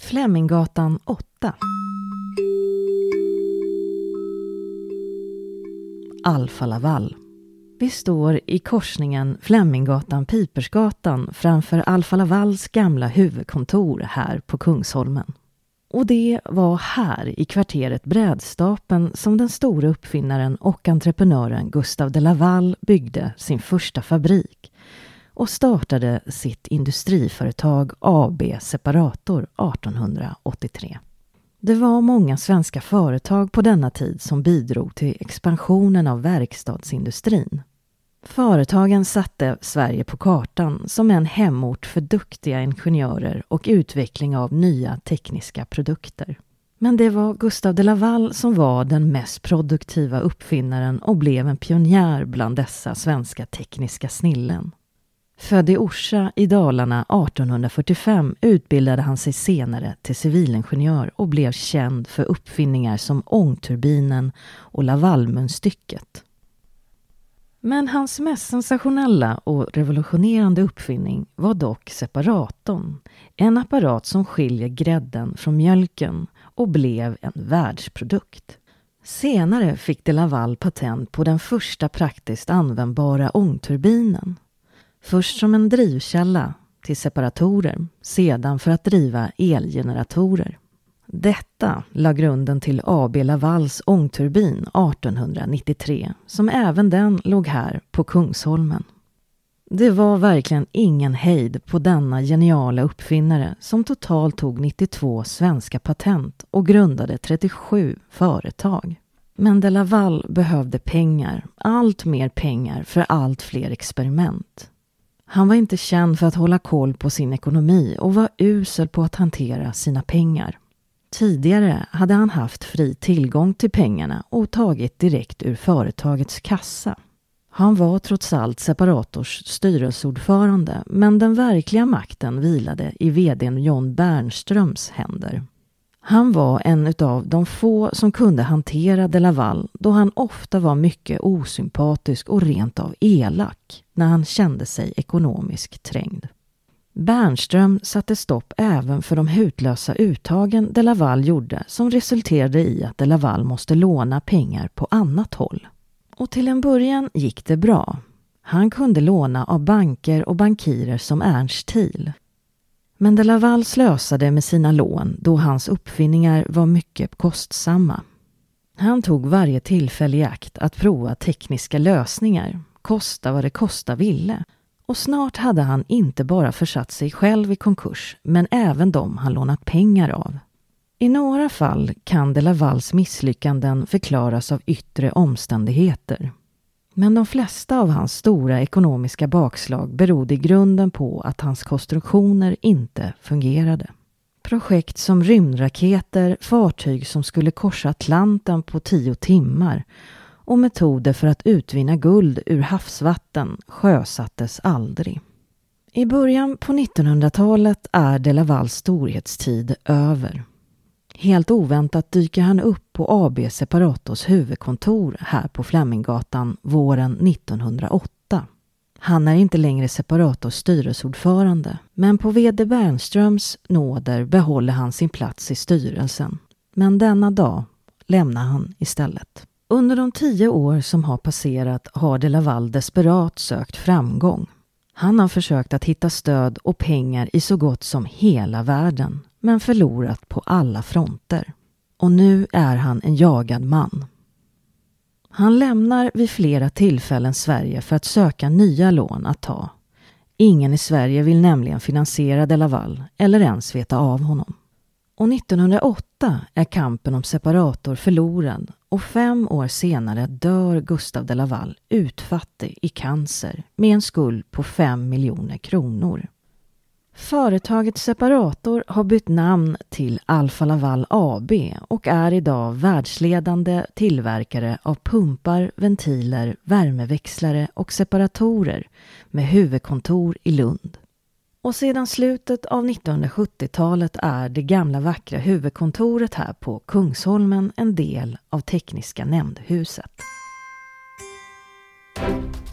Fleminggatan 8. Alfa Laval. Vi står i korsningen Fleminggatan-Pipersgatan framför Alfa Lavals gamla huvudkontor här på Kungsholmen. Och det var här i kvarteret Brädstapen som den stora uppfinnaren och entreprenören Gustave de Laval byggde sin första fabrik och startade sitt industriföretag AB Separator 1883. Det var många svenska företag på denna tid som bidrog till expansionen av verkstadsindustrin. Företagen satte Sverige på kartan som en hemort för duktiga ingenjörer och utveckling av nya tekniska produkter. Men det var Gustave de Laval som var den mest produktiva uppfinnaren och blev en pionjär bland dessa svenska tekniska snillen. Född i Orsa i Dalarna 1845 utbildade han sig senare till civilingenjör och blev känd för uppfinningar som ångturbinen och Lavalmunstycket. Men hans mest sensationella och revolutionerande uppfinning var dock separatorn, en apparat som skiljer grädden från mjölken och blev en världsprodukt. Senare fick de Laval patent på den första praktiskt användbara ångturbinen. Först som en drivkälla till separatorer, sedan för att driva elgeneratorer. Detta la grunden till AB Lavals ångturbin 1893, som även den låg här på Kungsholmen. Det var verkligen ingen hejd på denna geniala uppfinnare som totalt tog 92 svenska patent och grundade 37 företag. Men de Laval behövde pengar, allt mer pengar för allt fler experiment. Han var inte känd för att hålla koll på sin ekonomi och var usel på att hantera sina pengar. Tidigare hade han haft fri tillgång till pengarna och tagit direkt ur företagets kassa. Han var trots allt Separators styrelseordförande, men den verkliga makten vilade i vd:n John Bernströms händer. Han var en av de få som kunde hantera de Laval då han ofta var mycket osympatisk och rent av elak när han kände sig ekonomiskt trängd. Bernström satte stopp även för de hutlösa uttagen de Laval gjorde som resulterade i att de Laval måste låna pengar på annat håll. Och till en början gick det bra. Han kunde låna av banker och bankirer som Ernst Thiel. Men de Laval slösade med sina lån då hans uppfinningar var mycket kostsamma. Han tog varje tillfälle i akt att prova tekniska lösningar, kosta vad det kosta ville. Och snart hade han inte bara försatt sig själv i konkurs, men även de han lånat pengar av. I några fall kan de Lavals misslyckanden förklaras av yttre omständigheter. Men de flesta av hans stora ekonomiska bakslag berodde i grunden på att hans konstruktioner inte fungerade. Projekt som rymdraketer, fartyg som skulle korsa Atlanten på 10 timmar och metoder för att utvinna guld ur havsvatten sjösattes aldrig. I början på 1900-talet är de Lavals storhetstid över. Helt oväntat dyker han upp på AB Separators huvudkontor här på Fleminggatan våren 1908. Han är inte längre Separators styrelseordförande, men på vd Bernströms nåder behåller han sin plats i styrelsen. Men denna dag lämnar han istället. Under de 10 år som har passerat har de Laval desperat sökt framgång. Han har försökt att hitta stöd och pengar i så gott som hela världen, men förlorat på alla fronter. Och nu är han en jagad man. Han lämnar vid flera tillfällen Sverige för att söka nya lån att ta. Ingen i Sverige vill nämligen finansiera de Laval eller ens veta av honom. Och 1908 är kampen om Separator förlorad och 5 år senare dör Gustave de Laval utfattig i cancer med en skuld på 5 miljoner kronor. Företaget Separator har bytt namn till Alfa Laval AB och är idag världsledande tillverkare av pumpar, ventiler, värmeväxlare och separatorer med huvudkontor i Lund. Och sedan slutet av 1970-talet är det gamla vackra huvudkontoret här på Kungsholmen en del av Tekniska nämndhuset.